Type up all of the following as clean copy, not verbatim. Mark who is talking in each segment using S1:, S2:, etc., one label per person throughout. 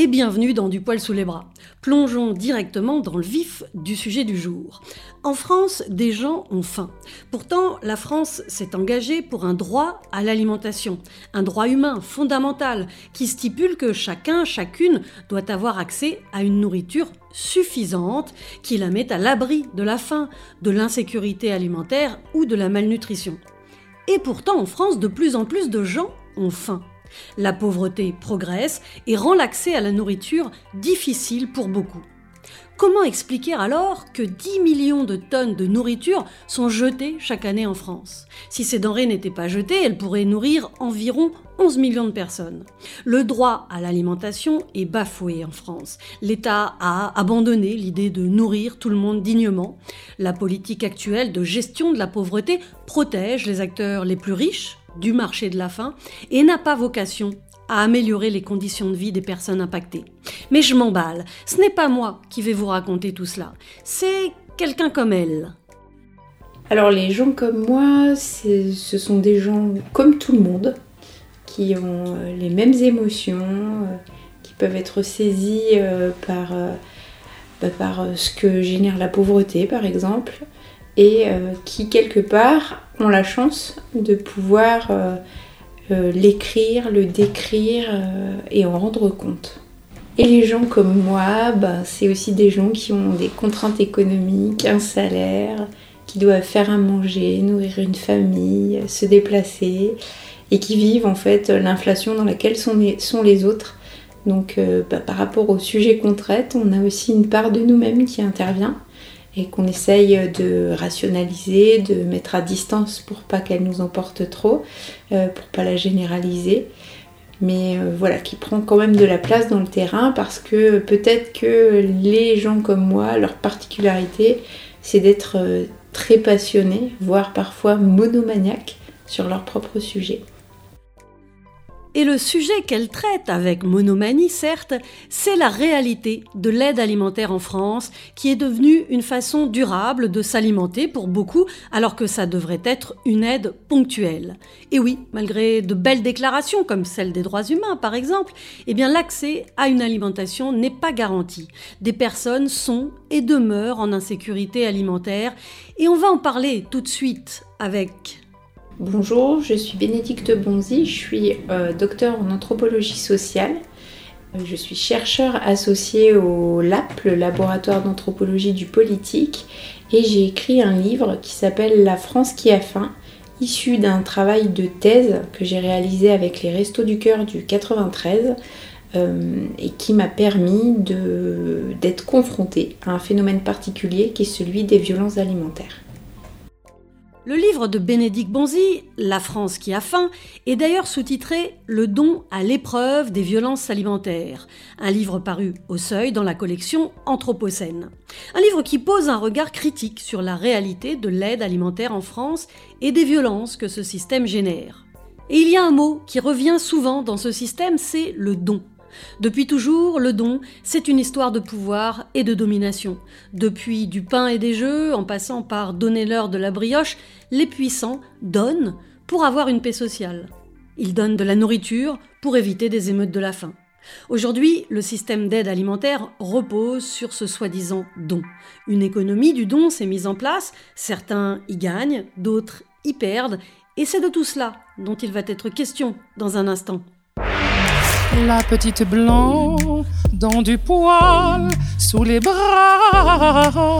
S1: et bienvenue dans Du poil sous les bras. Plongeons directement dans le vif du sujet du jour. En France, des gens ont faim. Pourtant, la France s'est engagée pour un droit à l'alimentation, un droit humain fondamental qui stipule que chacun, chacune doit avoir accès à une nourriture suffisante qui la mette à l'abri de la faim, de l'insécurité alimentaire ou de la malnutrition. Et pourtant, en France, de plus en plus de gens ont faim. La pauvreté progresse et rend l'accès à la nourriture difficile pour beaucoup. Comment expliquer alors que 10 millions de tonnes de nourriture sont jetées chaque année en France ? Si ces denrées n'étaient pas jetées, elles pourraient nourrir environ 11 millions de personnes. Le droit à l'alimentation est bafoué en France. L'État a abandonné l'idée de nourrir tout le monde dignement. La politique actuelle de gestion de la pauvreté protège les acteurs les plus riches du marché de la faim et n'a pas vocation à améliorer les conditions de vie des personnes impactées. Mais je m'emballe, ce n'est pas moi qui vais vous raconter tout cela, c'est quelqu'un comme elle.
S2: Alors les gens comme moi, ce sont des gens comme tout le monde, qui ont les mêmes émotions, qui peuvent être saisis par ce que génère la pauvreté par exemple, et qui quelque part ont la chance de pouvoir l'écrire, le décrire et en rendre compte. Et les gens comme moi, c'est aussi des gens qui ont des contraintes économiques, un salaire, qui doivent faire à manger, nourrir une famille, se déplacer, et qui vivent en fait l'inflation dans laquelle sont les autres. Donc par rapport au sujet qu'on traite, on a aussi une part de nous-mêmes qui intervient et qu'on essaye de rationaliser, de mettre à distance pour pas qu'elle nous emporte trop, pour pas la généraliser. Mais voilà, qui prend quand même de la place dans le terrain parce que peut-être que les gens comme moi, leur particularité, c'est d'être très passionnés, voire parfois monomaniaques sur leur propre sujet.
S1: Et le sujet qu'elle traite, avec monomanie certes, c'est la réalité de l'aide alimentaire en France, qui est devenue une façon durable de s'alimenter pour beaucoup, alors que ça devrait être une aide ponctuelle. Et oui, malgré de belles déclarations, comme celle des droits humains par exemple, eh bien l'accès à une alimentation n'est pas garanti. Des personnes sont et demeurent en insécurité alimentaire, et on va en parler tout de suite avec...
S2: Bonjour, je suis Bénédicte Bonzi, je suis docteur en anthropologie sociale. Je suis chercheur associé au LAP, le laboratoire d'anthropologie du politique, et j'ai écrit un livre qui s'appelle La France qui a faim, issu d'un travail de thèse que j'ai réalisé avec les Restos du Cœur du 93 et qui m'a permis d'être confrontée à un phénomène particulier qui est celui des violences alimentaires.
S1: Le livre de Bénédicte Bonzi, La France qui a faim, est d'ailleurs sous-titré « Le don à l'épreuve des violences alimentaires », un livre paru au Seuil dans la collection Anthropocène. Un livre qui pose un regard critique sur la réalité de l'aide alimentaire en France et des violences que ce système génère. Et il y a un mot qui revient souvent dans ce système, c'est le don. Depuis toujours, le don, c'est une histoire de pouvoir et de domination. Depuis du pain et des jeux, en passant par donner-leur de la brioche, les puissants donnent pour avoir une paix sociale. Ils donnent de la nourriture pour éviter des émeutes de la faim. Aujourd'hui, le système d'aide alimentaire repose sur ce soi-disant don. Une économie du don s'est mise en place, certains y gagnent, d'autres y perdent, et c'est de tout cela dont il va être question dans un instant.
S3: La petite blanc dans du poil sous les bras.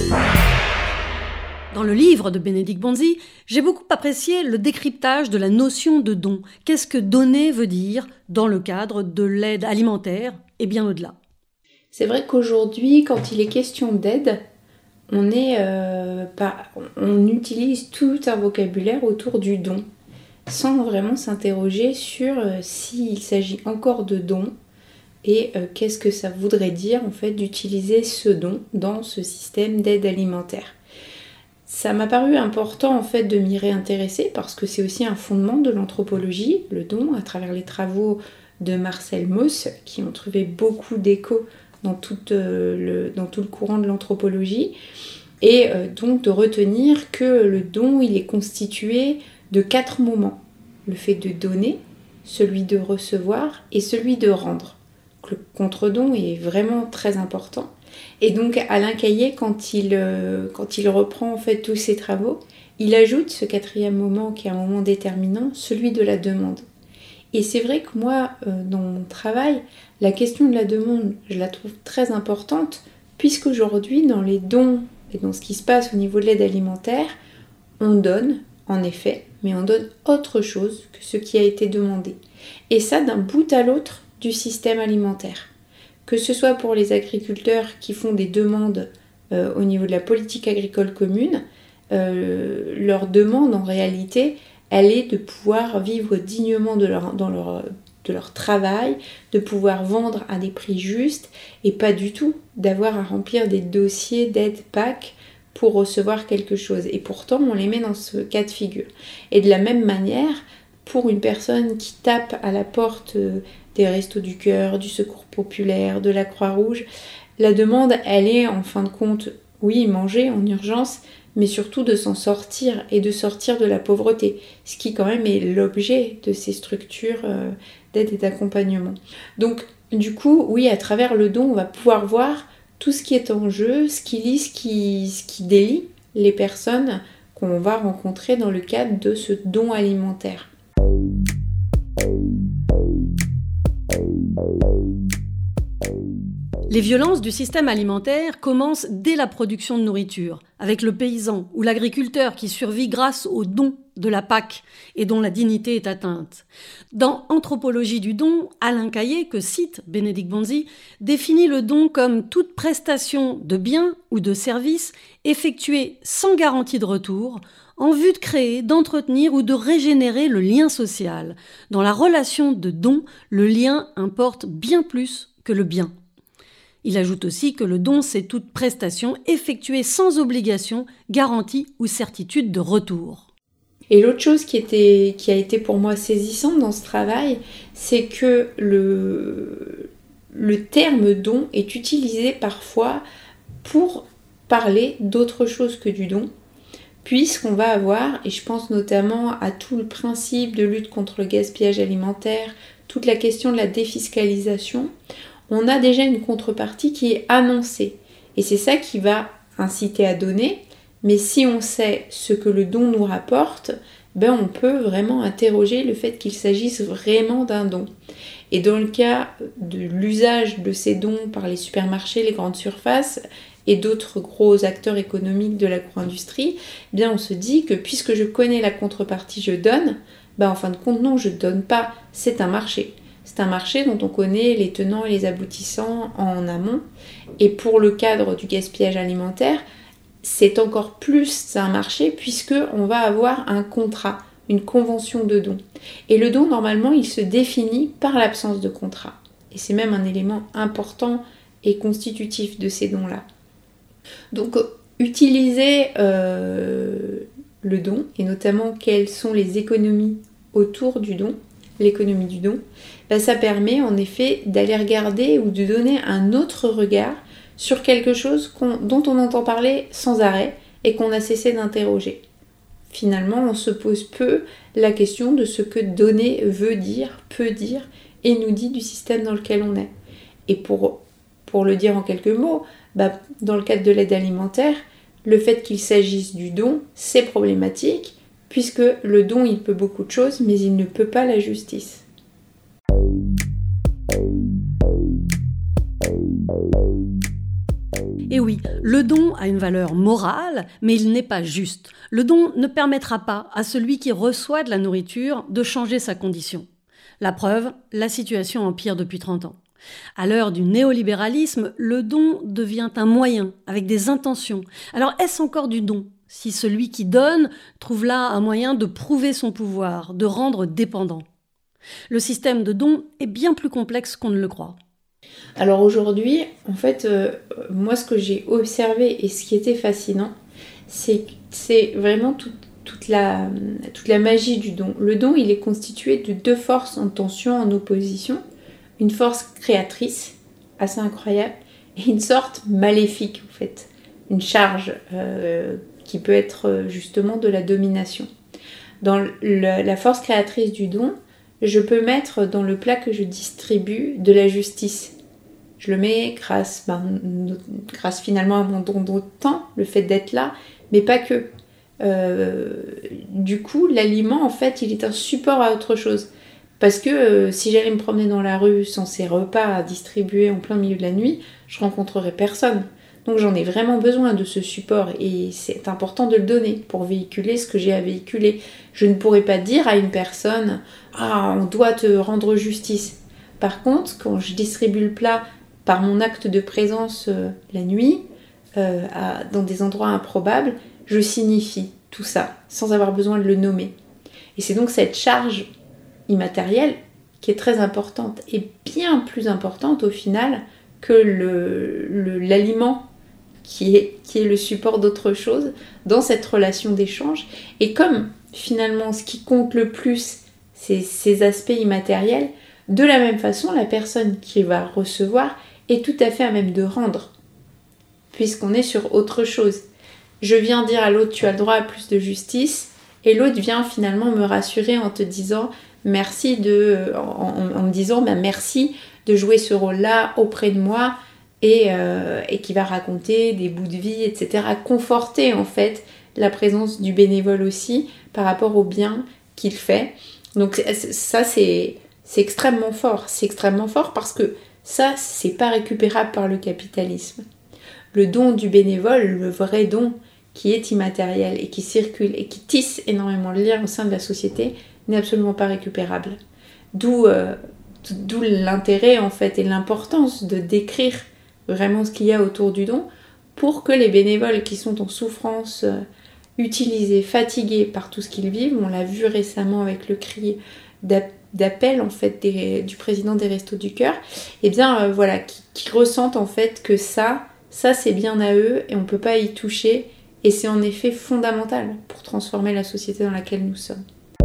S1: Dans le livre de Bénédicte Bonzi, j'ai beaucoup apprécié le décryptage de la notion de don. Qu'est-ce que donner veut dire dans le cadre de l'aide alimentaire et bien au-delà ?
S2: C'est vrai qu'aujourd'hui, quand il est question d'aide, on utilise tout un vocabulaire autour du don, sans vraiment s'interroger sur s'il s'agit encore de don et qu'est-ce que ça voudrait dire en fait d'utiliser ce don dans ce système d'aide alimentaire. Ça m'a paru important en fait de m'y réintéresser parce que c'est aussi un fondement de l'anthropologie, le don, à travers les travaux de Marcel Mauss qui ont trouvé beaucoup d'écho dans tout le courant de l'anthropologie, et donc de retenir que le don il est constitué de 4 moments. Le fait de donner, celui de recevoir et celui de rendre. le contre-don est vraiment très important. Et donc Alain Caillé, quand il reprend en fait tous ses travaux, il ajoute ce 4e moment qui est un moment déterminant, celui de la demande. Et c'est vrai que moi, dans mon travail, la question de la demande, je la trouve très importante, puisqu'aujourd'hui, dans les dons et dans ce qui se passe au niveau de l'aide alimentaire, on donne, en effet, mais on donne autre chose que ce qui a été demandé. Et ça, d'un bout à l'autre du système alimentaire. Que ce soit pour les agriculteurs qui font des demandes au niveau de la politique agricole commune, leur demande en réalité, elle est de pouvoir vivre dignement de leur travail, de pouvoir vendre à des prix justes et pas du tout d'avoir à remplir des dossiers d'aide PAC pour recevoir quelque chose. Et pourtant, on les met dans ce cas de figure. Et de la même manière, pour une personne qui tape à la porte des Restos du Cœur, du Secours Populaire, de la Croix-Rouge, la demande, elle est en fin de compte, oui, manger en urgence, mais surtout de s'en sortir et de sortir de la pauvreté, ce qui quand même est l'objet de ces structures d'aide et d'accompagnement. Donc du coup, oui, à travers le don, on va pouvoir voir tout ce qui est en jeu, ce qui lie, ce qui délie les personnes qu'on va rencontrer dans le cadre de ce don alimentaire.
S1: Les violences du système alimentaire commencent dès la production de nourriture, avec le paysan ou l'agriculteur qui survit grâce au don de la PAC et dont la dignité est atteinte. Dans Anthropologie du don, Alain Caillé, que cite Bénédicte Bonzi, définit le don comme toute prestation de biens ou de services effectuée sans garantie de retour, en vue de créer, d'entretenir ou de régénérer le lien social. Dans la relation de don, le lien importe bien plus que le bien. Il ajoute aussi que le don, c'est toute prestation effectuée sans obligation, garantie ou certitude de retour.
S2: Et l'autre chose qui a été pour moi saisissante dans ce travail, c'est que le terme don est utilisé parfois pour parler d'autre chose que du don, puisqu'on va avoir, et je pense notamment à tout le principe de lutte contre le gaspillage alimentaire, toute la question de la défiscalisation, on a déjà une contrepartie qui est annoncée. Et c'est ça qui va inciter à donner. Mais si on sait ce que le don nous rapporte, on peut vraiment interroger le fait qu'il s'agisse vraiment d'un don. Et dans le cas de l'usage de ces dons par les supermarchés, les grandes surfaces et d'autres gros acteurs économiques de l'agro-industrie, on se dit que puisque je connais la contrepartie, je donne. En fin de compte, non, je ne donne pas. C'est un marché. C'est un marché dont on connaît les tenants et les aboutissants en amont. Et pour le cadre du gaspillage alimentaire, c'est encore plus un marché puisqu'on va avoir un contrat, une convention de don. Et le don, normalement, il se définit par l'absence de contrat. Et c'est même un élément important et constitutif de ces dons-là. Donc, utiliser le don, et notamment quelles sont les économies autour du don, l'économie du don, ça permet en effet d'aller regarder ou de donner un autre regard sur quelque chose dont on entend parler sans arrêt et qu'on a cessé d'interroger. Finalement, on se pose peu la question de ce que donner veut dire, peut dire et nous dit du système dans lequel on est. Et pour le dire en quelques mots, dans le cadre de l'aide alimentaire, le fait qu'il s'agisse du don, c'est problématique puisque le don, il peut beaucoup de choses, mais il ne peut pas la justice.
S1: Et oui, le don a une valeur morale, mais il n'est pas juste. Le don ne permettra pas à celui qui reçoit de la nourriture de changer sa condition. La preuve, la situation empire depuis 30 ans. À l'heure du néolibéralisme, le don devient un moyen, avec des intentions. Alors est-ce encore du don ? Si celui qui donne trouve là un moyen de prouver son pouvoir, de rendre dépendant. Le système de don est bien plus complexe qu'on ne le croit.
S2: Alors aujourd'hui, en fait, moi ce que j'ai observé et ce qui était fascinant, c'est vraiment toute la magie du don. Le don, il est constitué de deux forces en tension, en opposition. Une force créatrice, assez incroyable, et une sorte maléfique, en fait. Une charge qui peut être justement de la domination. Dans la force créatrice du don, je peux mettre dans le plat que je distribue de la justice. Je le mets grâce finalement à mon don de temps, le fait d'être là, mais pas que. Du coup, l'aliment, en fait, il est un support à autre chose. Parce que si j'allais me promener dans la rue sans ces repas à distribuer en plein milieu de la nuit, je rencontrerais personne. Donc j'en ai vraiment besoin de ce support et c'est important de le donner pour véhiculer ce que j'ai à véhiculer. Je ne pourrais pas dire à une personne « Ah, on doit te rendre justice ». Par contre, quand je distribue le plat par mon acte de présence la nuit, dans des endroits improbables, je signifie tout ça sans avoir besoin de le nommer. Et c'est donc cette charge immatérielle qui est très importante et bien plus importante au final que l'aliment qui est le support d'autre chose dans cette relation d'échange. Et comme finalement ce qui compte le plus c'est ces aspects immatériels, de la même façon la personne qui va recevoir est tout à fait à même de rendre, puisqu'on est sur autre chose. Je viens dire à l'autre tu as le droit à plus de justice, et l'autre vient finalement me rassurer en te disant merci en me disant merci de jouer ce rôle-là auprès de moi, et qui va raconter des bouts de vie, etc. Conforter en fait la présence du bénévole aussi par rapport au bien qu'il fait. Donc ça c'est extrêmement fort. C'est extrêmement fort parce que ça c'est pas récupérable par le capitalisme. Le don du bénévole, le vrai don qui est immatériel et qui circule et qui tisse énormément de liens au sein de la société n'est absolument pas récupérable. D'où l'intérêt en fait et l'importance de décrire vraiment ce qu'il y a autour du don pour que les bénévoles qui sont en souffrance, utilisés, fatigués par tout ce qu'ils vivent, on l'a vu récemment avec le cri d'appel en fait du président des Restos du Cœur, et bien voilà, qui ressentent en fait que ça c'est bien à eux et on peut pas y toucher, et c'est en effet fondamental pour transformer la société dans laquelle nous sommes.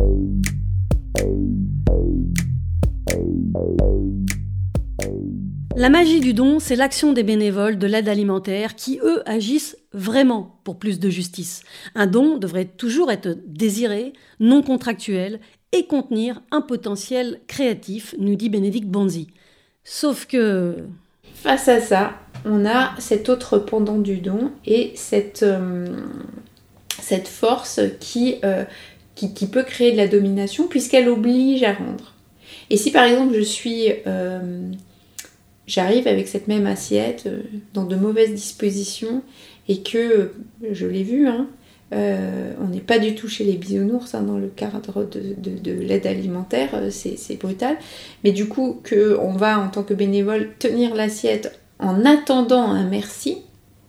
S1: La magie du don, c'est l'action des bénévoles de l'aide alimentaire qui, eux, agissent vraiment pour plus de justice. Un don devrait toujours être désiré, non contractuel et contenir un potentiel créatif, nous dit Bénédicte Bonzi. Sauf que...
S2: face à ça, on a cet autre pendant du don et cette force qui peut créer de la domination puisqu'elle oblige à rendre. Et si par exemple j'arrive avec cette même assiette dans de mauvaises dispositions et que, je l'ai vu, on n'est pas du tout chez les bisounours dans le cadre de l'aide alimentaire, c'est brutal, mais du coup qu'on va en tant que bénévole tenir l'assiette en attendant un merci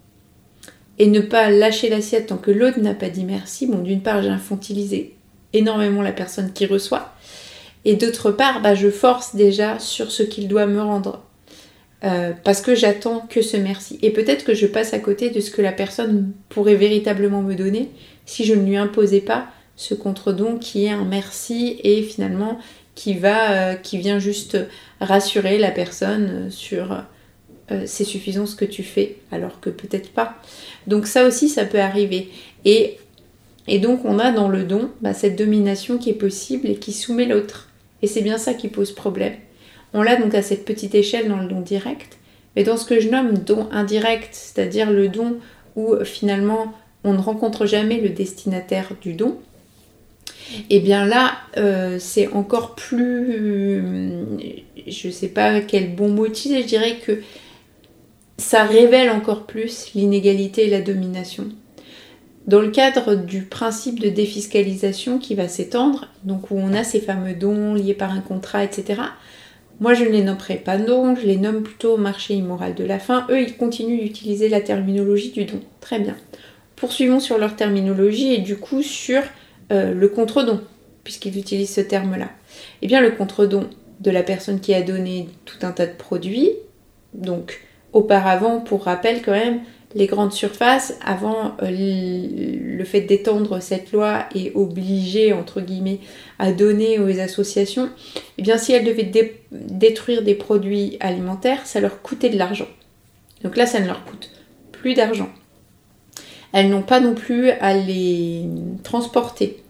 S2: et ne pas lâcher l'assiette tant que l'autre n'a pas dit merci. Bon, d'une part j'ai infantilisé énormément la personne qui reçoit et d'autre part je force déjà sur ce qu'il doit me rendre. Parce que j'attends que ce merci. Et peut-être que je passe à côté de ce que la personne pourrait véritablement me donner si je ne lui imposais pas ce contre-don qui est un merci et finalement qui vient juste rassurer la personne sur c'est suffisant ce que tu fais, alors que peut-être pas. Donc ça aussi, ça peut arriver. Et donc on a dans le don cette domination qui est possible et qui soumet l'autre. Et c'est bien ça qui pose problème. On l'a donc à cette petite échelle dans le don direct, mais dans ce que je nomme don indirect, c'est-à-dire le don où finalement on ne rencontre jamais le destinataire du don, et bien là c'est encore plus, je sais pas quel bon mot utiliser, je dirais que ça révèle encore plus l'inégalité et la domination. Dans le cadre du principe de défiscalisation qui va s'étendre, donc où on a ces fameux dons liés par un contrat, etc., moi, je ne les nommerai pas dons, je les nomme plutôt marché immoral de la faim. Eux, ils continuent d'utiliser la terminologie du don. Très bien. Poursuivons sur leur terminologie et du coup sur le contre-don, puisqu'ils utilisent ce terme-là. Eh bien, le contre-don de la personne qui a donné tout un tas de produits, donc auparavant, pour rappel quand même, les grandes surfaces, avant le fait d'étendre cette loi et obliger, entre guillemets, à donner aux associations, eh bien si elles devaient détruire des produits alimentaires, ça leur coûtait de l'argent. Donc là, ça ne leur coûte plus d'argent. Elles n'ont pas non plus à les transporter.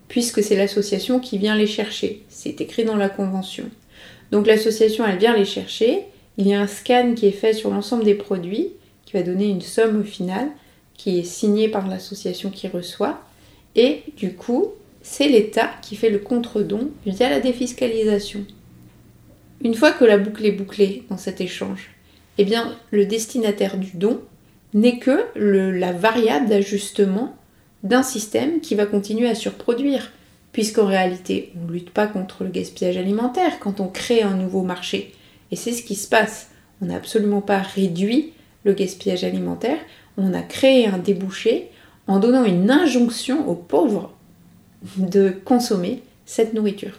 S2: puisque c'est l'association qui vient les chercher. C'est écrit dans la convention. Donc l'association, elle vient les chercher. Il y a un scan qui est fait sur l'ensemble des produits, qui va donner une somme au final, qui est signée par l'association qui reçoit. Et du coup, c'est l'État qui fait le contre-don via la défiscalisation. Une fois que la boucle est bouclée dans cet échange, eh bien, le destinataire du don n'est que la variable d'ajustement d'un système qui va continuer à surproduire, puisqu'en réalité, on ne lutte pas contre le gaspillage alimentaire quand on crée un nouveau marché. Et c'est ce qui se passe. On n'a absolument pas réduit le gaspillage alimentaire, on a créé un débouché en donnant une injonction aux pauvres de consommer cette nourriture.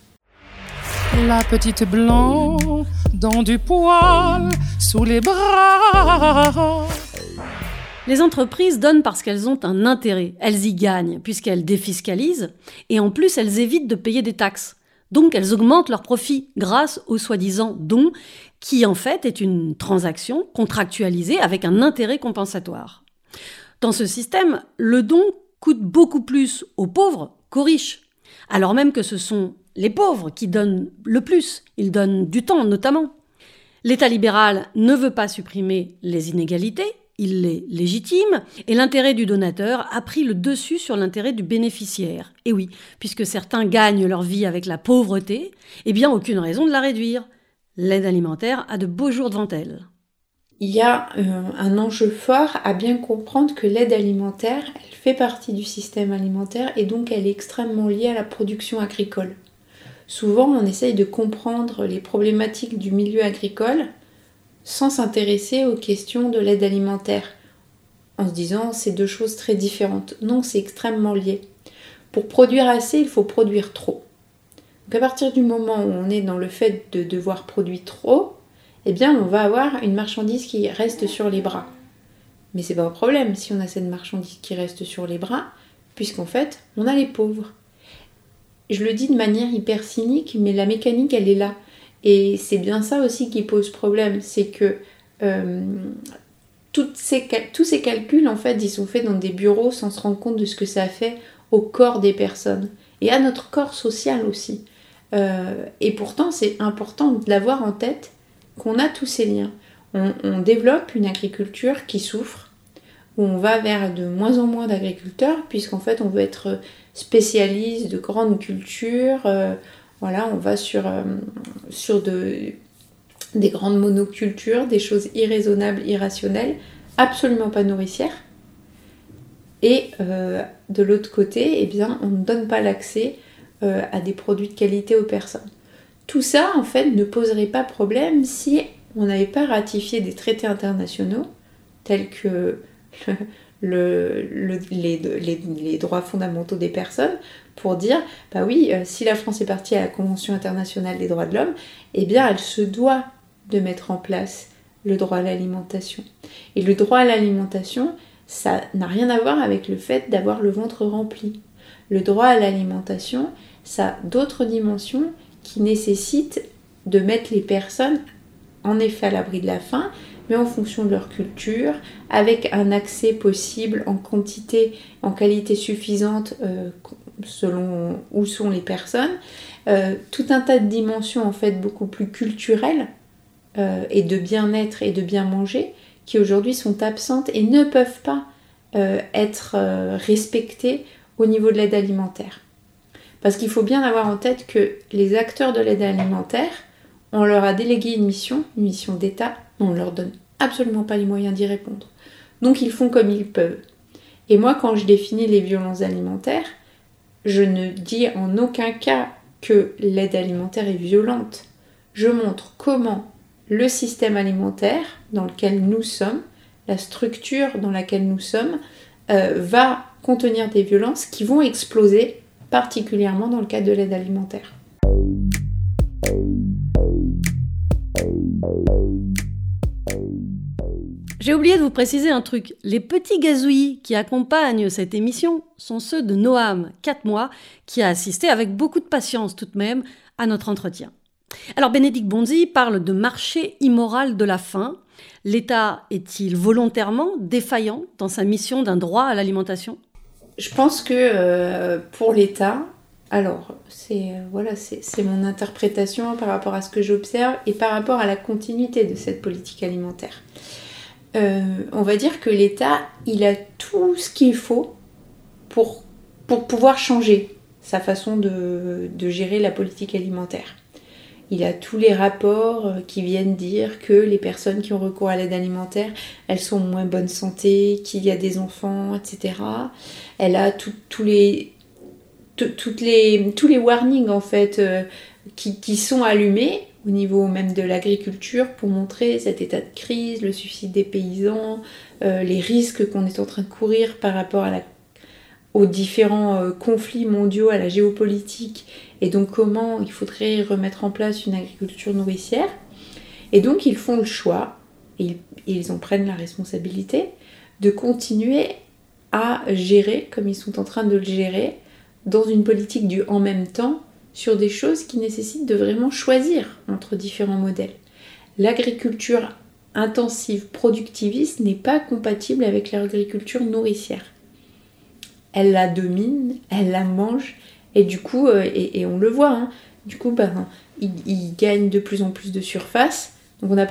S3: La petite blanc dans du poil sous les bras.
S1: Les entreprises donnent parce qu'elles ont un intérêt. Elles y gagnent, puisqu'elles défiscalisent, et en plus, elles évitent de payer des taxes. Donc, elles augmentent leurs profits grâce au soi-disant don, qui en fait est une transaction contractualisée avec un intérêt compensatoire. Dans ce système, le don coûte beaucoup plus aux pauvres qu'aux riches, alors même que ce sont les pauvres qui donnent le plus. Ils donnent du temps, notamment. L'État libéral ne veut pas supprimer les inégalités, il les légitime, et l'intérêt du donateur a pris le dessus sur l'intérêt du bénéficiaire. Et oui, puisque certains gagnent leur vie avec la pauvreté, eh bien aucune raison de la réduire. L'aide alimentaire a de beaux jours devant elle.
S2: Il y a un enjeu fort à bien comprendre que l'aide alimentaire, elle fait partie du système alimentaire et donc elle est extrêmement liée à la production agricole. Souvent, on essaye de comprendre les problématiques du milieu agricole sans s'intéresser aux questions de l'aide alimentaire, en se disant c'est deux choses très différentes. Non, c'est extrêmement lié. Pour produire assez, il faut produire trop. Donc à partir du moment où on est dans le fait de devoir produire trop, eh bien on va avoir une marchandise qui reste sur les bras. Mais c'est pas un problème si on a cette marchandise qui reste sur les bras, puisqu'en fait, on a les pauvres. Je le dis de manière hyper cynique, mais la mécanique, elle est là. Et c'est bien ça aussi qui pose problème, c'est que tous ces calculs, en fait, ils sont faits dans des bureaux sans se rendre compte de ce que ça fait au corps des personnes et à notre corps social aussi. Et pourtant, c'est important de l'avoir en tête qu'on a tous ces liens. On développe une agriculture qui souffre, où on va vers de moins en moins d'agriculteurs, puisqu'en fait, on veut être spécialiste de grandes cultures. Voilà, on va sur des grandes monocultures, des choses irraisonnables, irrationnelles, absolument pas nourricières. Et de l'autre côté, eh bien, on ne donne pas l'accès à des produits de qualité aux personnes. Tout ça, en fait, ne poserait pas problème si on n'avait pas ratifié des traités internationaux tels que les droits fondamentaux des personnes, pour dire, bah oui, si la France est partie à la Convention internationale des droits de l'homme, eh bien elle se doit de mettre en place le droit à l'alimentation. Et le droit à l'alimentation, ça n'a rien à voir avec le fait d'avoir le ventre rempli. Le droit à l'alimentation, ça a d'autres dimensions qui nécessitent de mettre les personnes en effet à l'abri de la faim, mais en fonction de leur culture, avec un accès possible en quantité, en qualité suffisante selon où sont les personnes, tout un tas de dimensions en fait beaucoup plus culturelles et de bien-être et de bien manger qui aujourd'hui sont absentes et ne peuvent pas être respectées au niveau de l'aide alimentaire. Parce qu'il faut bien avoir en tête que les acteurs de l'aide alimentaire, on leur a délégué une mission d'État, on ne leur donne absolument pas les moyens d'y répondre. Donc ils font comme ils peuvent. Et moi, quand je définis les violences alimentaires, je ne dis en aucun cas que l'aide alimentaire est violente. Je montre comment le système alimentaire dans lequel nous sommes, la structure dans laquelle nous sommes, va contenir des violences qui vont exploser, particulièrement dans le cadre de l'aide alimentaire.
S1: J'ai oublié de vous préciser un truc. Les petits gazouillis qui accompagnent cette émission sont ceux de Noam, 4 mois, qui a assisté avec beaucoup de patience tout de même à notre entretien. Alors Bénédicte Bonzi parle de marché immoral de la faim. L'État est-il volontairement défaillant dans sa mission d'un droit à l'alimentation ?
S2: Je pense que pour l'État, alors c'est mon interprétation par rapport à ce que j'observe et par rapport à la continuité de cette politique alimentaire. On va dire que l'État, il a tout ce qu'il faut pour pouvoir changer sa façon de gérer la politique alimentaire. Il a tous les rapports qui viennent dire que les personnes qui ont recours à l'aide alimentaire, elles sont en moins bonne santé, qu'il y a des enfants, etc. Elle a tous les warnings en fait qui sont allumés au niveau même de l'agriculture pour montrer cet état de crise, le suicide des paysans, les risques qu'on est en train de courir par rapport aux différents conflits mondiaux, à la géopolitique, et donc comment il faudrait remettre en place une agriculture nourricière. Et donc ils font le choix, et ils en prennent la responsabilité, de continuer à gérer, comme ils sont en train de le gérer, dans une politique du en même temps, sur des choses qui nécessitent de vraiment choisir entre différents modèles. L'agriculture intensive, productiviste, n'est pas compatible avec l'agriculture nourricière. Elle la domine, elle la mange, et du coup, et on le voit, hein, du coup, il gagne de plus en plus de surface, donc on n'a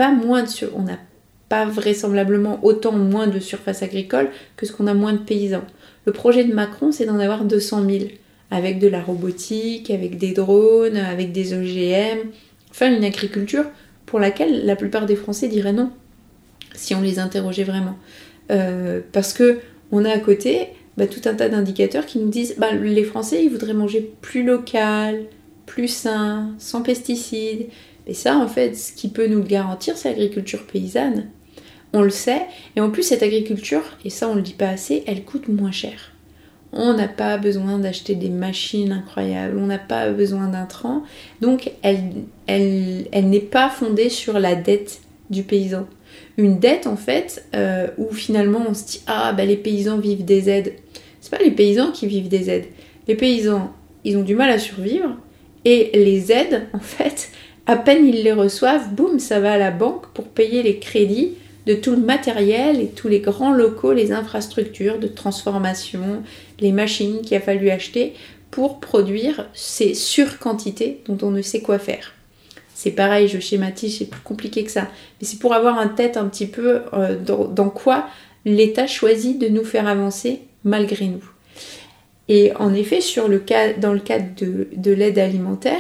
S2: pas vraisemblablement autant moins de surface agricole que ce qu'on a moins de paysans. Le projet de Macron, c'est d'en avoir 200 000, avec de la robotique, avec des drones, avec des OGM, enfin une agriculture pour laquelle la plupart des Français diraient non, si on les interrogeait vraiment. Parce que on a à côté tout un tas d'indicateurs qui nous disent les Français, ils voudraient manger plus local, plus sain, sans pesticides. Et ça, en fait, ce qui peut nous le garantir, c'est l'agriculture paysanne. On le sait. Et en plus, cette agriculture, et ça, on le dit pas assez, elle coûte moins cher. On n'a pas besoin d'acheter des machines incroyables, on n'a pas besoin d'intrants. Donc, elle n'est pas fondée sur la dette du paysan. Une dette, en fait, où finalement, on se dit « Ah, les paysans vivent des aides ». C'est pas les paysans qui vivent des aides. Les paysans, ils ont du mal à survivre. Et les aides, en fait, à peine ils les reçoivent, boum, ça va à la banque pour payer les crédits de tout le matériel et tous les grands locaux, les infrastructures de transformation, les machines qu'il a fallu acheter pour produire ces surquantités dont on ne sait quoi faire. C'est pareil, je schématise, c'est plus compliqué que ça. Mais c'est pour avoir en tête un petit peu dans quoi l'État choisit de nous faire avancer malgré nous. Et en effet, dans le cadre de l'aide alimentaire,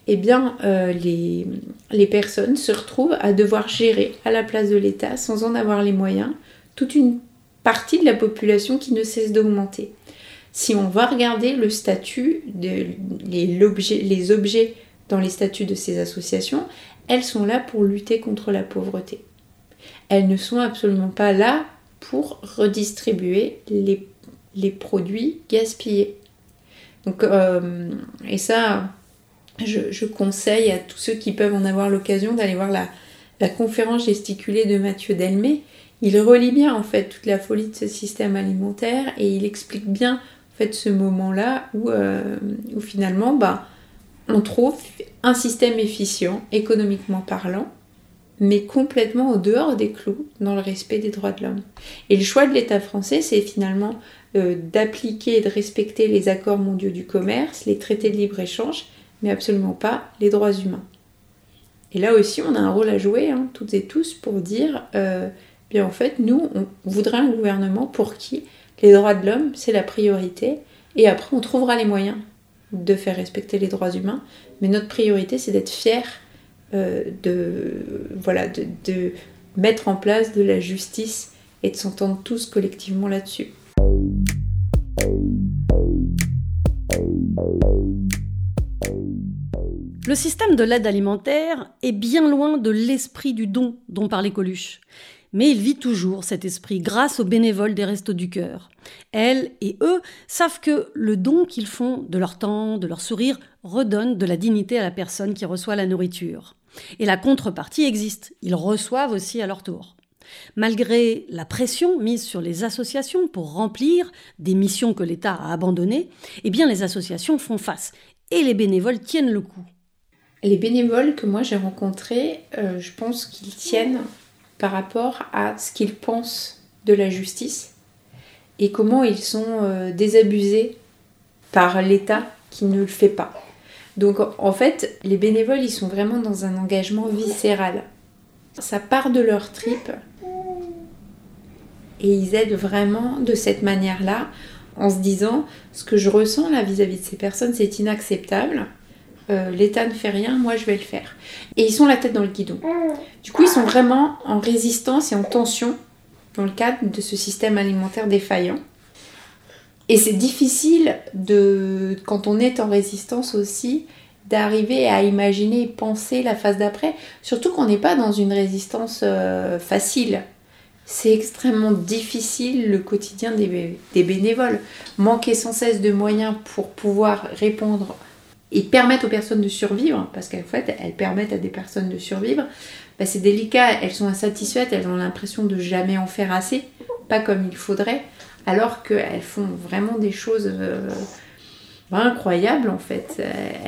S2: les personnes se retrouvent à devoir gérer à la place de l'État, sans en avoir les moyens, toute une partie de la population qui ne cesse d'augmenter. Si on va regarder le statut, les objets dans les statuts de ces associations, elles sont là pour lutter contre la pauvreté. Elles ne sont absolument pas là pour redistribuer les produits gaspillés. Donc, et ça, je conseille à tous ceux qui peuvent en avoir l'occasion d'aller voir la conférence gesticulée de Mathieu Delmé. Il relie bien en fait toute la folie de ce système alimentaire et il explique bien en fait ce moment-là où finalement on trouve un système efficient, économiquement parlant, mais complètement au dehors des clous dans le respect des droits de l'homme. Et le choix de l'État français, c'est finalement d'appliquer et de respecter les accords mondiaux du commerce, les traités de libre-échange, mais absolument pas les droits humains. Et là aussi, on a un rôle à jouer, toutes et tous, pour dire, en fait, nous, on voudrait un gouvernement pour qui les droits de l'homme, c'est la priorité, et après, on trouvera les moyens de faire respecter les droits humains, mais notre priorité, c'est d'être fiers de mettre en place de la justice et de s'entendre tous collectivement là-dessus.
S1: Le système de l'aide alimentaire est bien loin de l'esprit du don dont parlait Coluche. Mais il vit toujours cet esprit grâce aux bénévoles des Restos du Cœur. Elles et eux savent que le don qu'ils font de leur temps, de leur sourire, redonne de la dignité à la personne qui reçoit la nourriture. Et la contrepartie existe, ils reçoivent aussi à leur tour. Malgré la pression mise sur les associations pour remplir des missions que l'État a abandonnées, les associations font face et les bénévoles tiennent le coup.
S2: Les bénévoles que moi j'ai rencontrés, je pense qu'ils tiennent par rapport à ce qu'ils pensent de la justice et comment ils sont désabusés par l'État qui ne le fait pas. Donc en fait, les bénévoles, ils sont vraiment dans un engagement viscéral. Ça part de leur tripes et ils aident vraiment de cette manière-là en se disant ce que je ressens là vis-à-vis de ces personnes, c'est inacceptable. L'État ne fait rien, moi je vais le faire. Et ils sont la tête dans le guidon. Du coup, ils sont vraiment en résistance et en tension dans le cadre de ce système alimentaire défaillant. Et c'est difficile, quand on est en résistance aussi, d'arriver à imaginer et penser la phase d'après, surtout qu'on n'est pas dans une résistance facile. C'est extrêmement difficile le quotidien des bénévoles. Manquer sans cesse de moyens pour pouvoir répondre et permettre aux personnes de survivre, parce qu'en fait, elles permettent à des personnes de survivre, c'est délicat, elles sont insatisfaites, elles ont l'impression de jamais en faire assez, pas comme il faudrait, alors qu'elles font vraiment des choses incroyables en fait.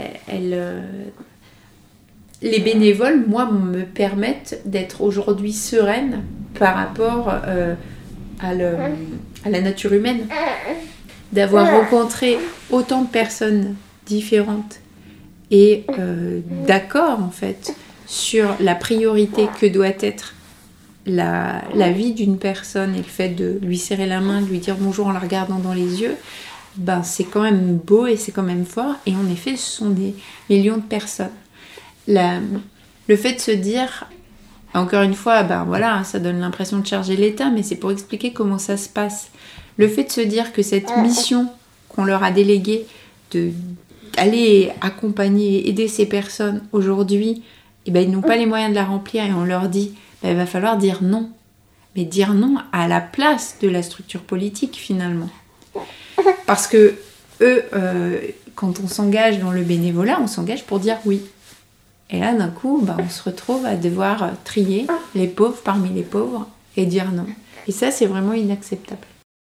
S2: Les bénévoles, moi, me permettent d'être aujourd'hui sereine par rapport à la nature humaine, d'avoir rencontré autant de personnes différentes et d'accord en fait sur la priorité que doit être la vie d'une personne et le fait de lui serrer la main, de lui dire bonjour en la regardant dans les yeux, c'est quand même beau et c'est quand même fort. Et en effet, ce sont des millions de personnes. Le fait de se dire, encore une fois, voilà, ça donne l'impression de charger l'État, mais c'est pour expliquer comment ça se passe. Le fait de se dire que cette mission qu'on leur a déléguée d'aller accompagner, aider ces personnes aujourd'hui, ils n'ont pas les moyens de la remplir et on leur dit il va falloir dire non. Mais dire non à la place de la structure politique finalement. Parce que eux, quand on s'engage dans le bénévolat, on s'engage pour dire oui. Et là, d'un coup, on se retrouve à devoir trier les pauvres parmi les pauvres et dire non. Et ça, c'est vraiment inacceptable.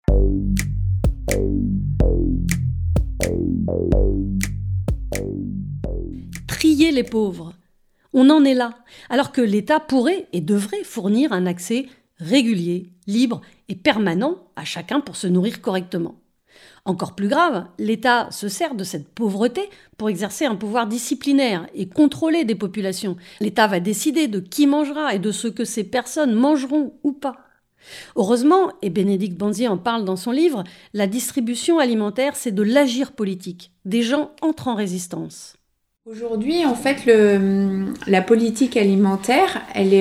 S1: Trier les pauvres. On en est là, alors que l'État pourrait et devrait fournir un accès régulier, libre et permanent à chacun pour se nourrir correctement. Encore plus grave, l'État se sert de cette pauvreté pour exercer un pouvoir disciplinaire et contrôler des populations. L'État va décider de qui mangera et de ce que ces personnes mangeront ou pas. Heureusement, et Bénédicte Banzier en parle dans son livre, la distribution alimentaire, c'est de l'agir politique. Des gens entrent en résistance.
S2: Aujourd'hui, en fait, la politique alimentaire, elle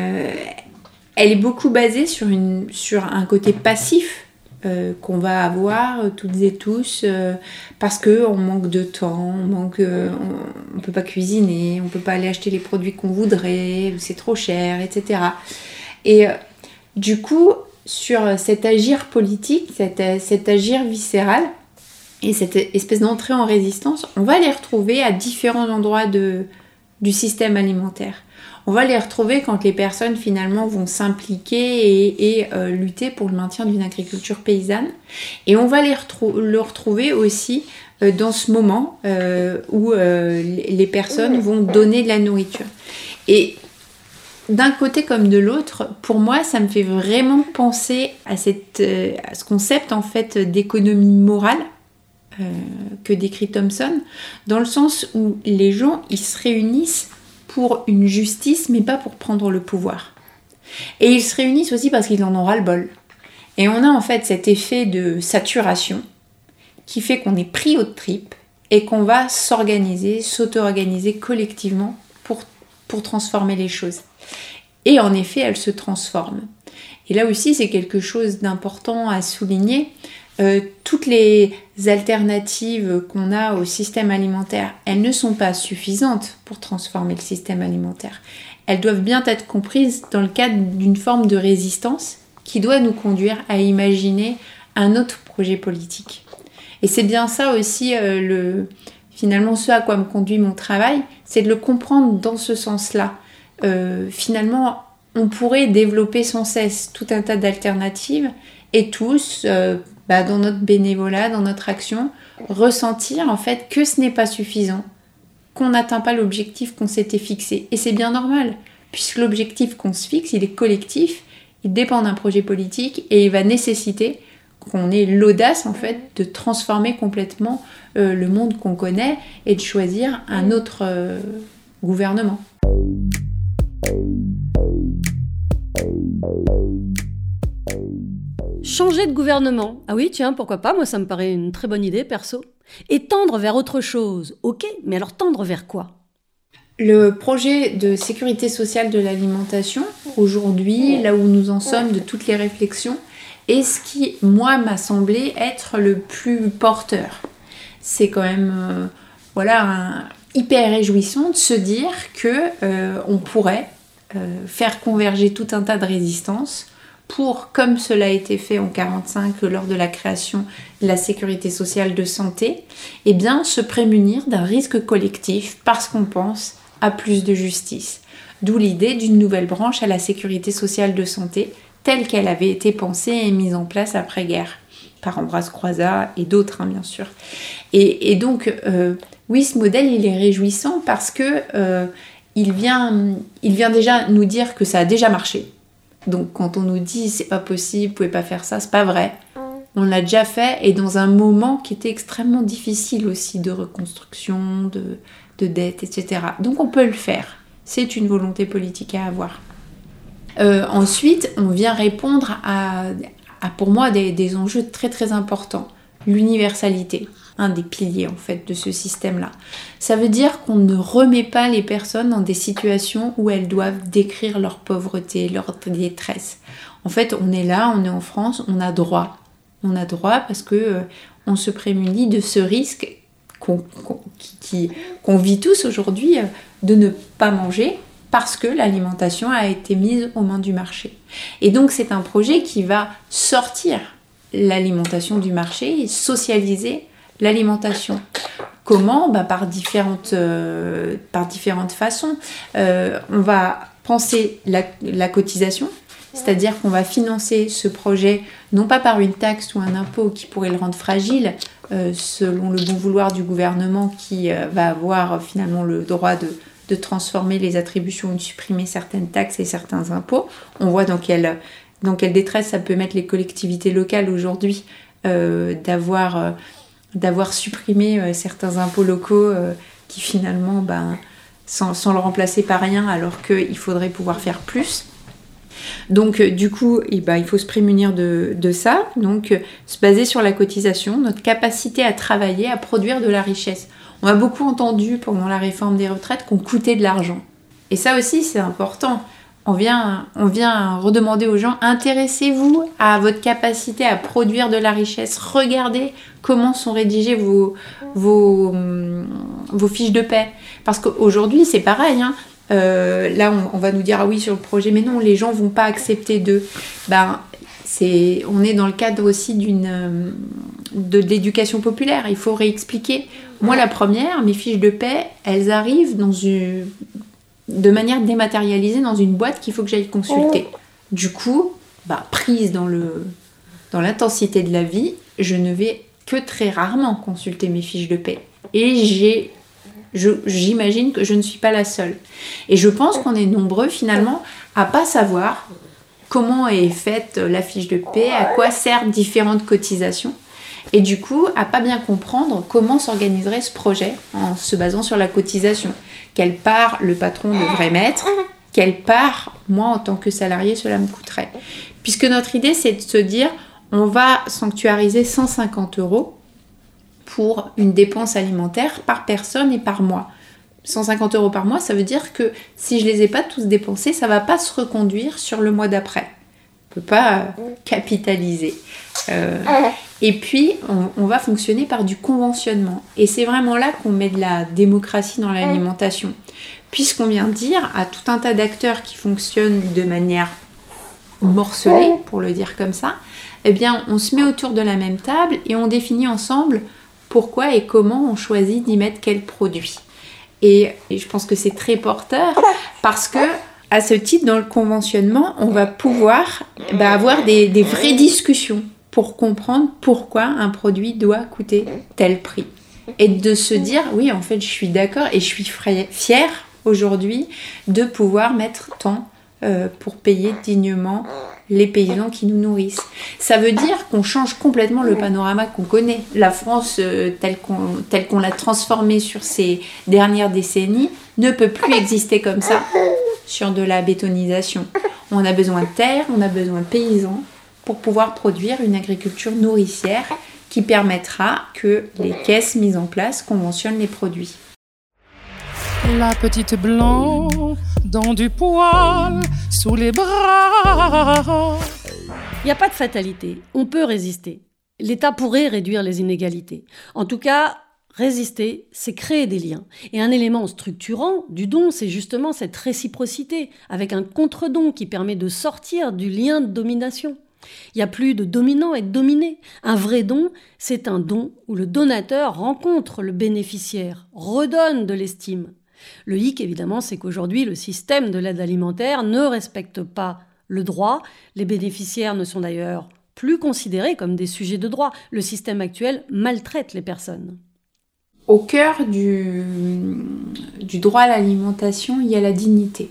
S2: est beaucoup basée sur un côté passif qu'on va avoir toutes et tous parce qu'on manque de temps, on peut pas cuisiner, on peut pas aller acheter les produits qu'on voudrait, c'est trop cher, etc. Et du coup, sur cet agir politique, cet agir viscéral, et cette espèce d'entrée en résistance, on va les retrouver à différents endroits du système alimentaire. On va les retrouver quand les personnes finalement vont s'impliquer et lutter pour le maintien d'une agriculture paysanne. Et on va le retrouver aussi dans ce moment où les personnes vont donner de la nourriture. Et d'un côté comme de l'autre, pour moi, ça me fait vraiment penser à ce concept en fait d'économie morale que décrit Thompson, dans le sens où les gens, ils se réunissent pour une justice, mais pas pour prendre le pouvoir. Et ils se réunissent aussi parce qu'ils en ont ras-le-bol. Et on a en fait cet effet de saturation qui fait qu'on est pris aux tripes et qu'on va s'auto-organiser collectivement pour transformer les choses. Et en effet, elles se transforment. Et là aussi, c'est quelque chose d'important à souligner. Toutes les alternatives qu'on a au système alimentaire, elles ne sont pas suffisantes pour transformer le système alimentaire. Elles doivent bien être comprises dans le cadre d'une forme de résistance qui doit nous conduire à imaginer un autre projet politique. Et c'est bien ça aussi, finalement, ce à quoi me conduit mon travail, c'est de le comprendre dans ce sens-là. Finalement, on pourrait développer sans cesse tout un tas d'alternatives et tous, dans notre bénévolat, dans notre action, ressentir en fait que ce n'est pas suffisant, qu'on n'atteint pas l'objectif qu'on s'était fixé. Et c'est bien normal, puisque l'objectif qu'on se fixe, il est collectif, il dépend d'un projet politique et il va nécessiter qu'on ait l'audace en fait de transformer complètement le monde qu'on connaît et de choisir un autre gouvernement.
S1: Changer de gouvernement. Ah oui, tiens, pourquoi pas, moi ça me paraît une très bonne idée, perso. Et tendre vers autre chose. Ok, mais alors tendre vers quoi ?
S2: Le projet de sécurité sociale de l'alimentation, aujourd'hui, là où nous en sommes de toutes les réflexions, est ce qui, moi, m'a semblé être le plus porteur. C'est quand même hyper réjouissant de se dire qu'on pourrait faire converger tout un tas de résistances pour, comme cela a été fait en 1945 lors de la création de la sécurité sociale de santé, eh bien, se prémunir d'un risque collectif parce qu'on pense à plus de justice. D'où l'idée d'une nouvelle branche à la sécurité sociale de santé, telle qu'elle avait été pensée et mise en place après-guerre, par Ambroise Croizat et d'autres, bien sûr. Et donc, oui, ce modèle, il est réjouissant parce que il vient déjà nous dire que ça a déjà marché. Donc quand on nous dit c'est pas possible, vous pouvez pas faire ça, c'est pas vrai. On l'a déjà fait et dans un moment qui était extrêmement difficile aussi de reconstruction, de dette, etc. Donc on peut le faire. C'est une volonté politique à avoir. Ensuite, on vient répondre à pour moi des enjeux très très importants. L'universalité, un des piliers en fait de ce système-là. Ça veut dire qu'on ne remet pas les personnes dans des situations où elles doivent décrire leur pauvreté, leur détresse. En fait, on est là, on est en France, on a droit. On a droit parce que on se prémunit de ce risque qu'on vit tous aujourd'hui de ne pas manger parce que l'alimentation a été mise aux mains du marché. Et donc c'est un projet qui va sortir l'alimentation du marché et socialiser l'alimentation. Comment ? Par différentes façons. On va penser la cotisation, c'est-à-dire qu'on va financer ce projet non pas par une taxe ou un impôt qui pourrait le rendre fragile, selon le bon vouloir du gouvernement qui va avoir finalement le droit de transformer les attributions ou de supprimer certaines taxes et certains impôts. On voit dans quelle détresse ça peut mettre les collectivités locales aujourd'hui d'avoir supprimé certains impôts locaux qui finalement, sans le remplacer par rien, alors qu'il faudrait pouvoir faire plus. Donc du coup, il faut se prémunir de ça, donc se baser sur la cotisation, notre capacité à travailler, à produire de la richesse. On a beaucoup entendu pendant la réforme des retraites qu'on coûtait de l'argent. Et ça aussi, c'est important. On vient redemander aux gens, intéressez-vous à votre capacité à produire de la richesse. Regardez comment sont rédigées vos fiches de paie. Parce qu'aujourd'hui, c'est pareil. Là, on va nous dire, ah oui, sur le projet, mais non, les gens vont pas accepter d'eux. On est dans le cadre aussi de l'éducation populaire. Il faut réexpliquer. Moi, la première, mes fiches de paie, elles arrivent de manière dématérialisée dans une boîte qu'il faut que j'aille consulter. Du coup, prise dans l'intensité de la vie, je ne vais que très rarement consulter mes fiches de paie. Et j'imagine que je ne suis pas la seule. Et je pense qu'on est nombreux finalement à pas savoir comment est faite la fiche de paie, à quoi servent différentes cotisations. Et du coup, à pas bien comprendre comment s'organiserait ce projet en se basant sur la cotisation. Quelle part le patron devrait mettre, quelle part, moi, en tant que salarié, cela me coûterait. Puisque notre idée, c'est de se dire, on va sanctuariser 150 € pour une dépense alimentaire par personne et par mois. 150 € par mois, ça veut dire que si je les ai pas tous dépensés, ça va pas se reconduire sur le mois d'après. On peut pas capitaliser. Et puis, on va fonctionner par du conventionnement. Et c'est vraiment là qu'on met de la démocratie dans l'alimentation. Puisqu'on vient dire à tout un tas d'acteurs qui fonctionnent de manière morcelée, pour le dire comme ça, eh bien, on se met autour de la même table et on définit ensemble pourquoi et comment on choisit d'y mettre quel produit. Et je pense que c'est très porteur parce que, à ce titre, dans le conventionnement, on va pouvoir avoir des vraies discussions pour comprendre pourquoi un produit doit coûter tel prix. Et de se dire, oui, en fait, je suis d'accord et je suis fière aujourd'hui de pouvoir mettre tant pour payer dignement les paysans qui nous nourrissent. Ça veut dire qu'on change complètement le panorama qu'on connaît. La France, telle qu'on l'a transformée sur ces dernières décennies, ne peut plus exister comme ça sur de la bétonisation. On a besoin de terre, on a besoin de paysans pour pouvoir produire une agriculture nourricière qui permettra que les caisses mises en place conventionnent les produits.
S3: La petite blanc dans du poil sous les bras.
S1: Il n'y a pas de fatalité, on peut résister. L'État pourrait réduire les inégalités. En tout cas, résister, c'est créer des liens. Et un élément structurant du don, c'est justement cette réciprocité, avec un contre-don qui permet de sortir du lien de domination. Il n'y a plus de dominant et de dominé. Un vrai don, c'est un don où le donateur rencontre le bénéficiaire, redonne de l'estime. Le hic, évidemment, c'est qu'aujourd'hui, le système de l'aide alimentaire ne respecte pas le droit. Les bénéficiaires ne sont d'ailleurs plus considérés comme des sujets de droit. Le système actuel maltraite les personnes.
S2: Au cœur du droit à l'alimentation, il y a la dignité.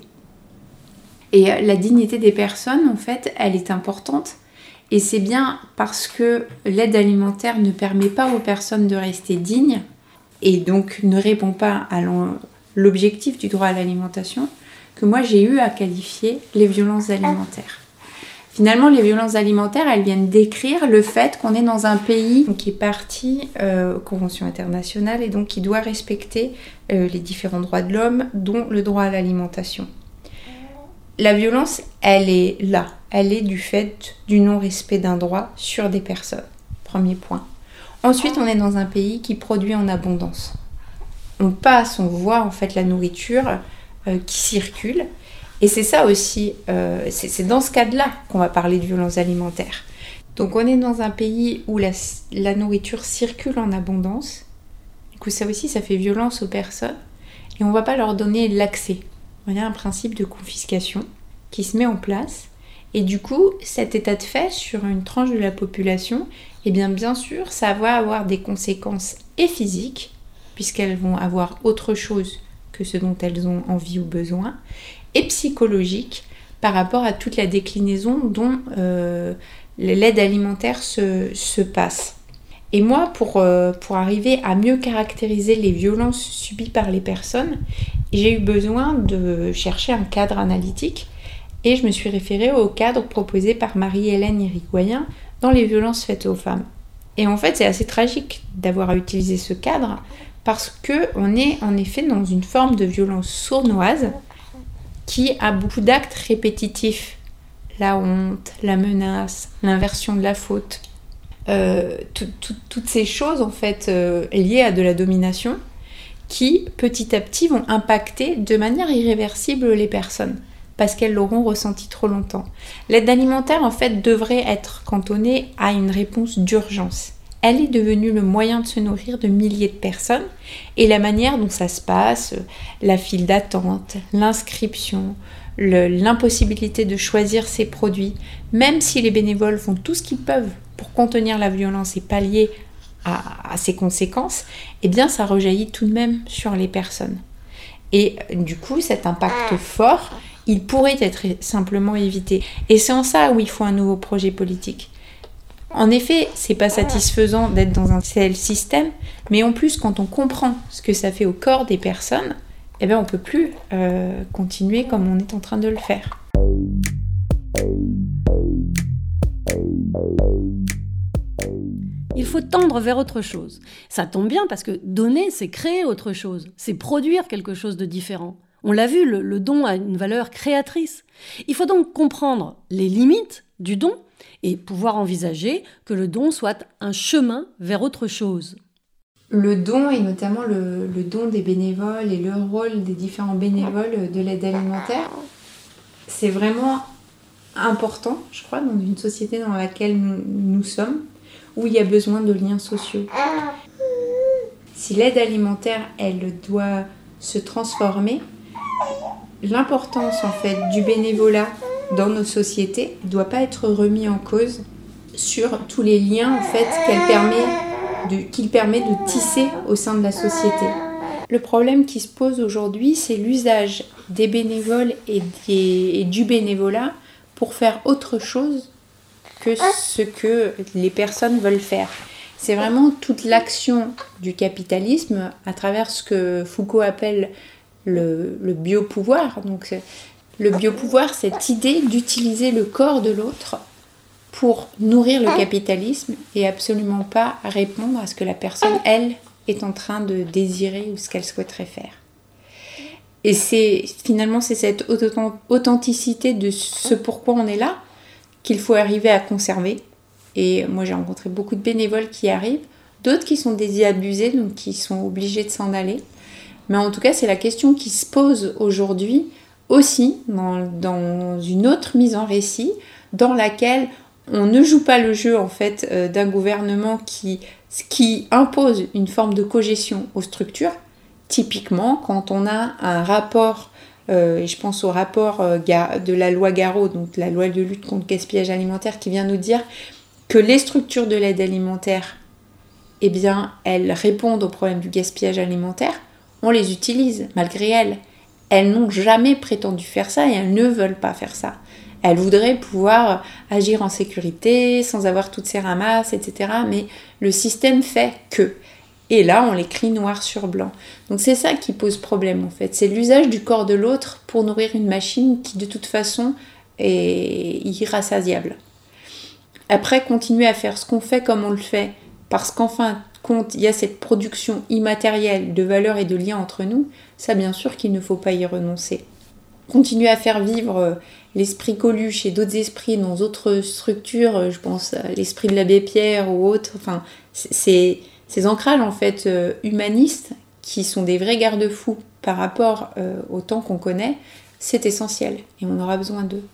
S2: Et la dignité des personnes, en fait, elle est importante. Et c'est bien parce que l'aide alimentaire ne permet pas aux personnes de rester dignes et donc ne répond pas à l'objectif du droit à l'alimentation que moi j'ai eu à qualifier les violences alimentaires. Finalement, les violences alimentaires, elles viennent décrire le fait qu'on est dans un pays qui est partie aux conventions internationales et donc qui doit respecter les différents droits de l'homme, dont le droit à l'alimentation. La violence, elle est là. Elle est du fait du non-respect d'un droit sur des personnes. Premier point. Ensuite, on est dans un pays qui produit en abondance. On voit en fait la nourriture qui circule. Et c'est ça aussi, c'est dans ce cadre-là qu'on va parler de violence alimentaire. Donc on est dans un pays où la nourriture circule en abondance. Du coup, ça aussi, ça fait violence aux personnes. Et on ne va pas leur donner l'accès. Il y a un principe de confiscation qui se met en place. Et du coup, cet état de fait sur une tranche de la population, eh bien sûr, ça va avoir des conséquences et physiques, puisqu'elles vont avoir autre chose que ce dont elles ont envie ou besoin, et psychologiques par rapport à toute la déclinaison dont l'aide alimentaire se passe. Et moi, pour arriver à mieux caractériser les violences subies par les personnes, j'ai eu besoin de chercher un cadre analytique et je me suis référée au cadre proposé par Marie-Hélène Irigoyen dans les violences faites aux femmes. Et en fait, c'est assez tragique d'avoir à utiliser ce cadre parce qu'on est en effet dans une forme de violence sournoise qui a beaucoup d'actes répétitifs. La honte, la menace, l'inversion de la faute. Toutes ces choses en fait liées à de la domination qui petit à petit vont impacter de manière irréversible les personnes parce qu'elles l'auront ressenti trop longtemps. L'aide alimentaire en fait devrait être cantonnée à une réponse d'urgence. Elle est devenue le moyen de se nourrir de milliers de personnes et la manière dont ça se passe, la file d'attente, l'inscription, l'impossibilité de choisir ses produits, même si les bénévoles font tout ce qu'ils peuvent pour contenir la violence et pallier à ses conséquences, eh bien ça rejaillit tout de même sur les personnes. Et du coup, cet impact fort, il pourrait être simplement évité. Et c'est en ça où il faut un nouveau projet politique. En effet, c'est pas satisfaisant d'être dans un tel système, mais en plus, quand on comprend ce que ça fait au corps des personnes, eh bien on peut plus continuer comme on est en train de le faire.
S1: Il faut tendre vers autre chose. Ça tombe bien parce que donner, c'est créer autre chose, c'est produire quelque chose de différent. On l'a vu, le don a une valeur créatrice. Il faut donc comprendre les limites du don et pouvoir envisager que le don soit un chemin vers autre chose.
S2: Le don, et notamment le don des bénévoles et le rôle des différents bénévoles de l'aide alimentaire, c'est vraiment important, je crois, dans une société dans laquelle nous sommes, où il y a besoin de liens sociaux. Si l'aide alimentaire, elle doit se transformer, l'importance en fait du bénévolat dans nos sociétés ne doit pas être remis en cause sur tous les liens en fait qu'il permet de tisser au sein de la société. Le problème qui se pose aujourd'hui, c'est l'usage des bénévoles et du bénévolat pour faire autre chose que ce que les personnes veulent faire. C'est vraiment toute l'action du capitalisme à travers ce que Foucault appelle le biopouvoir. Donc, le biopouvoir, cette idée d'utiliser le corps de l'autre pour nourrir le capitalisme et absolument pas répondre à ce que la personne, elle, est en train de désirer ou ce qu'elle souhaiterait faire. Et finalement, c'est cette authenticité de ce pourquoi on est là qu'il faut arriver à conserver. Et moi, j'ai rencontré beaucoup de bénévoles qui arrivent, d'autres qui sont désabusés, donc qui sont obligés de s'en aller. Mais en tout cas, c'est la question qui se pose aujourd'hui aussi dans une autre mise en récit, dans laquelle on ne joue pas le jeu en fait d'un gouvernement qui impose une forme de cogestion aux structures. Typiquement, quand on a un rapport, et je pense au rapport de la loi Garot, donc la loi de lutte contre le gaspillage alimentaire, qui vient nous dire que les structures de l'aide alimentaire, eh bien, elles répondent au problème du gaspillage alimentaire, on les utilise malgré elles. Elles n'ont jamais prétendu faire ça et elles ne veulent pas faire ça. Elles voudraient pouvoir agir en sécurité, sans avoir toutes ces ramasses, etc. Mais le système fait que. Et là, on l'écrit noir sur blanc. Donc c'est ça qui pose problème en fait. C'est l'usage du corps de l'autre pour nourrir une machine qui de toute façon est irrassasiable. Après, continuer à faire ce qu'on fait comme on le fait, parce qu'enfin compte, il y a cette production immatérielle de valeurs et de liens entre nous, ça bien sûr qu'il ne faut pas y renoncer. Continuer à faire vivre l'esprit Coluche et d'autres esprits dans d'autres structures, je pense à l'esprit de l'abbé Pierre ou autres, enfin, ces ancrages en fait humanistes qui sont des vrais garde-fous par rapport au temps qu'on connaît, c'est essentiel et on aura besoin d'eux.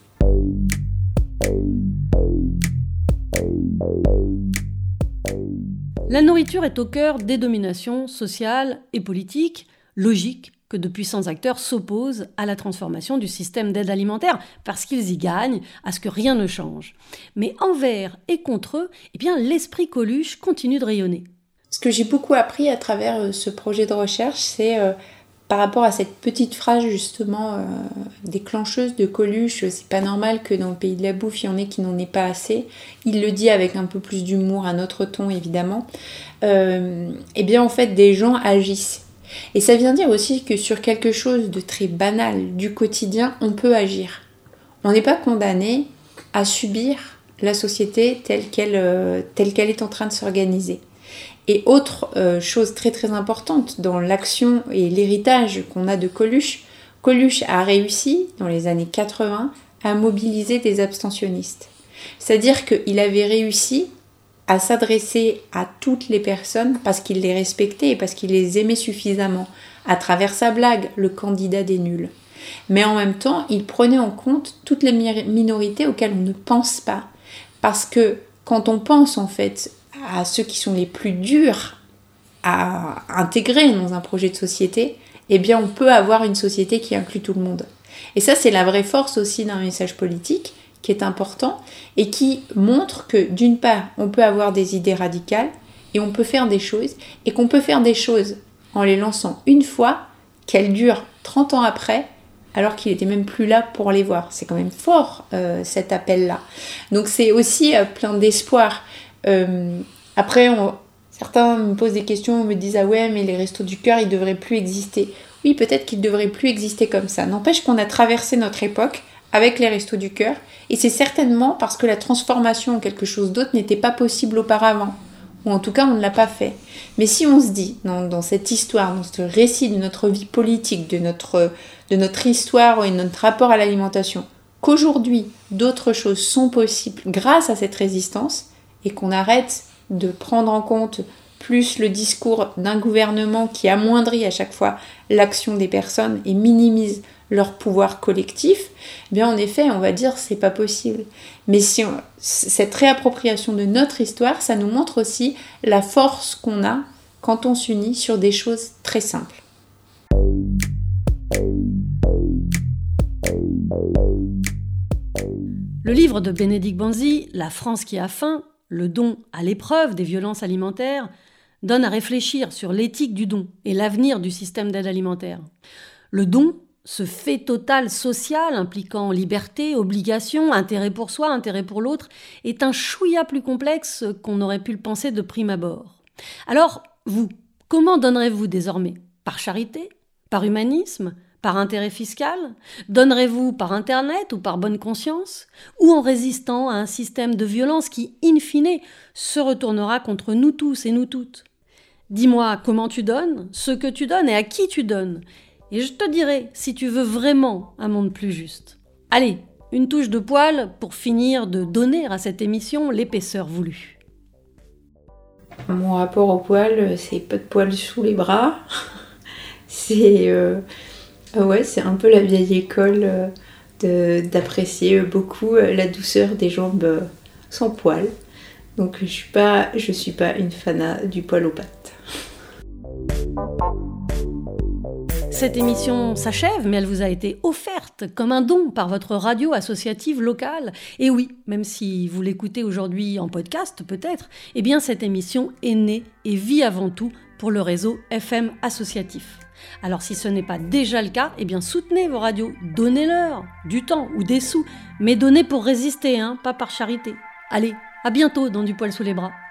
S1: La nourriture est au cœur des dominations sociales et politiques, logique que de puissants acteurs s'opposent à la transformation du système d'aide alimentaire parce qu'ils y gagnent à ce que rien ne change. Mais envers et contre eux, eh bien, l'esprit Coluche continue de rayonner.
S2: Ce que j'ai beaucoup appris à travers ce projet de recherche, c'est par rapport à cette petite phrase justement déclencheuse de Coluche, c'est pas normal que dans le pays de la bouffe, il y en ait qui n'en aient pas assez. Il le dit avec un peu plus d'humour, un autre ton évidemment. Eh bien en fait, des gens agissent. Et ça vient dire aussi que sur quelque chose de très banal, du quotidien, on peut agir. On n'est pas condamné à subir la société telle qu'elle est en train de s'organiser. Et autre chose très très importante dans l'action et l'héritage qu'on a de Coluche, Coluche a réussi dans les années 80 à mobiliser des abstentionnistes. C'est-à-dire qu'il avait réussi à s'adresser à toutes les personnes parce qu'il les respectait et parce qu'il les aimait suffisamment. À travers sa blague, le candidat des nuls. Mais en même temps, il prenait en compte toutes les minorités auxquelles on ne pense pas. Parce que quand on pense en fait à ceux qui sont les plus durs à intégrer dans un projet de société, eh bien on peut avoir une société qui inclut tout le monde. Et ça, c'est la vraie force aussi d'un message politique qui est important et qui montre que d'une part, on peut avoir des idées radicales et on peut faire des choses et qu'on peut faire des choses en les lançant une fois, qu'elles durent 30 ans après, alors qu'il n'était même plus là pour les voir. C'est quand même fort cet appel-là. Donc c'est aussi plein d'espoir. Après, certains me posent des questions, me disent « Ah ouais, mais les restos du cœur, ils ne devraient plus exister. » Oui, peut-être qu'ils ne devraient plus exister comme ça. N'empêche qu'on a traversé notre époque avec les restos du cœur, et c'est certainement parce que la transformation en quelque chose d'autre n'était pas possible auparavant, ou en tout cas on ne l'a pas fait. Mais si on se dit, dans cette histoire, dans ce récit de notre vie politique, de notre histoire et de notre rapport à l'alimentation, qu'aujourd'hui d'autres choses sont possibles grâce à cette résistance, et qu'on arrête de prendre en compte plus le discours d'un gouvernement qui amoindrit à chaque fois l'action des personnes et minimise leur pouvoir collectif, eh bien en effet, on va dire c'est pas possible. Mais cette réappropriation de notre histoire, ça nous montre aussi la force qu'on a quand on s'unit sur des choses très simples.
S1: Le livre de Bénédicte Banzi, La France qui a faim, le don à l'épreuve des violences alimentaires, donne à réfléchir sur l'éthique du don et l'avenir du système d'aide alimentaire. Le don ce fait total social impliquant liberté, obligation, intérêt pour soi, intérêt pour l'autre, est un chouïa plus complexe qu'on aurait pu le penser de prime abord. Alors, vous, comment donnerez-vous désormais ? Par charité ? Par humanisme ? Par intérêt fiscal ? Donnerez-vous par Internet ou par bonne conscience ? Ou en résistant à un système de violence qui, in fine, se retournera contre nous tous et nous toutes ? Dis-moi comment tu donnes, ce que tu donnes et à qui tu donnes. Et je te dirai si tu veux vraiment un monde plus juste. Allez, une touche de poil pour finir de donner à cette émission l'épaisseur voulue.
S2: Mon rapport au poil, c'est pas de poil sous les bras. C'est un peu la vieille école d'apprécier beaucoup la douceur des jambes sans poil. Donc je suis pas une fana du poil aux pattes.
S1: Cette émission s'achève, mais elle vous a été offerte comme un don par votre radio associative locale. Et oui, même si vous l'écoutez aujourd'hui en podcast peut-être, eh bien cette émission est née et vit avant tout pour le réseau FM associatif. Alors si ce n'est pas déjà le cas, eh bien soutenez vos radios, donnez-leur du temps ou des sous, mais donnez pour résister, pas par charité. Allez, à bientôt dans Du poil sous les bras.